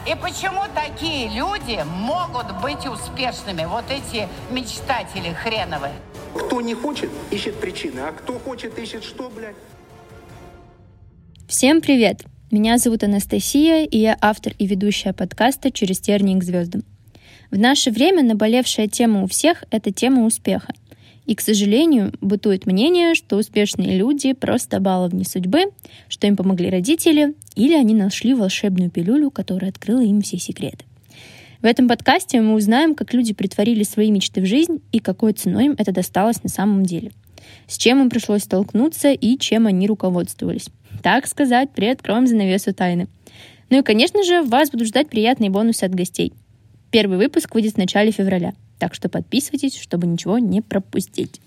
И почему такие люди могут быть успешными? Вот эти мечтатели хреновые. Кто не хочет, ищет причины, а кто хочет, ищет что, блядь? Всем привет! Меня зовут Анастасия, и я автор и ведущая подкаста «Через тернии к звездам». В наше время наболевшая тема у всех — это тема успеха. И, к сожалению, бытует мнение, что успешные люди просто баловни судьбы, что им помогли родители, или они нашли волшебную пилюлю, которая открыла им все секреты. В этом подкасте мы узнаем, как люди претворили свои мечты в жизнь и какой ценой им это досталось на самом деле. С чем им пришлось столкнуться и чем они руководствовались. Так сказать, приоткроем занавесу тайны. Ну и, конечно же, вас будут ждать приятные бонусы от гостей. Первый выпуск выйдет в начале февраля, так что подписывайтесь, чтобы ничего не пропустить.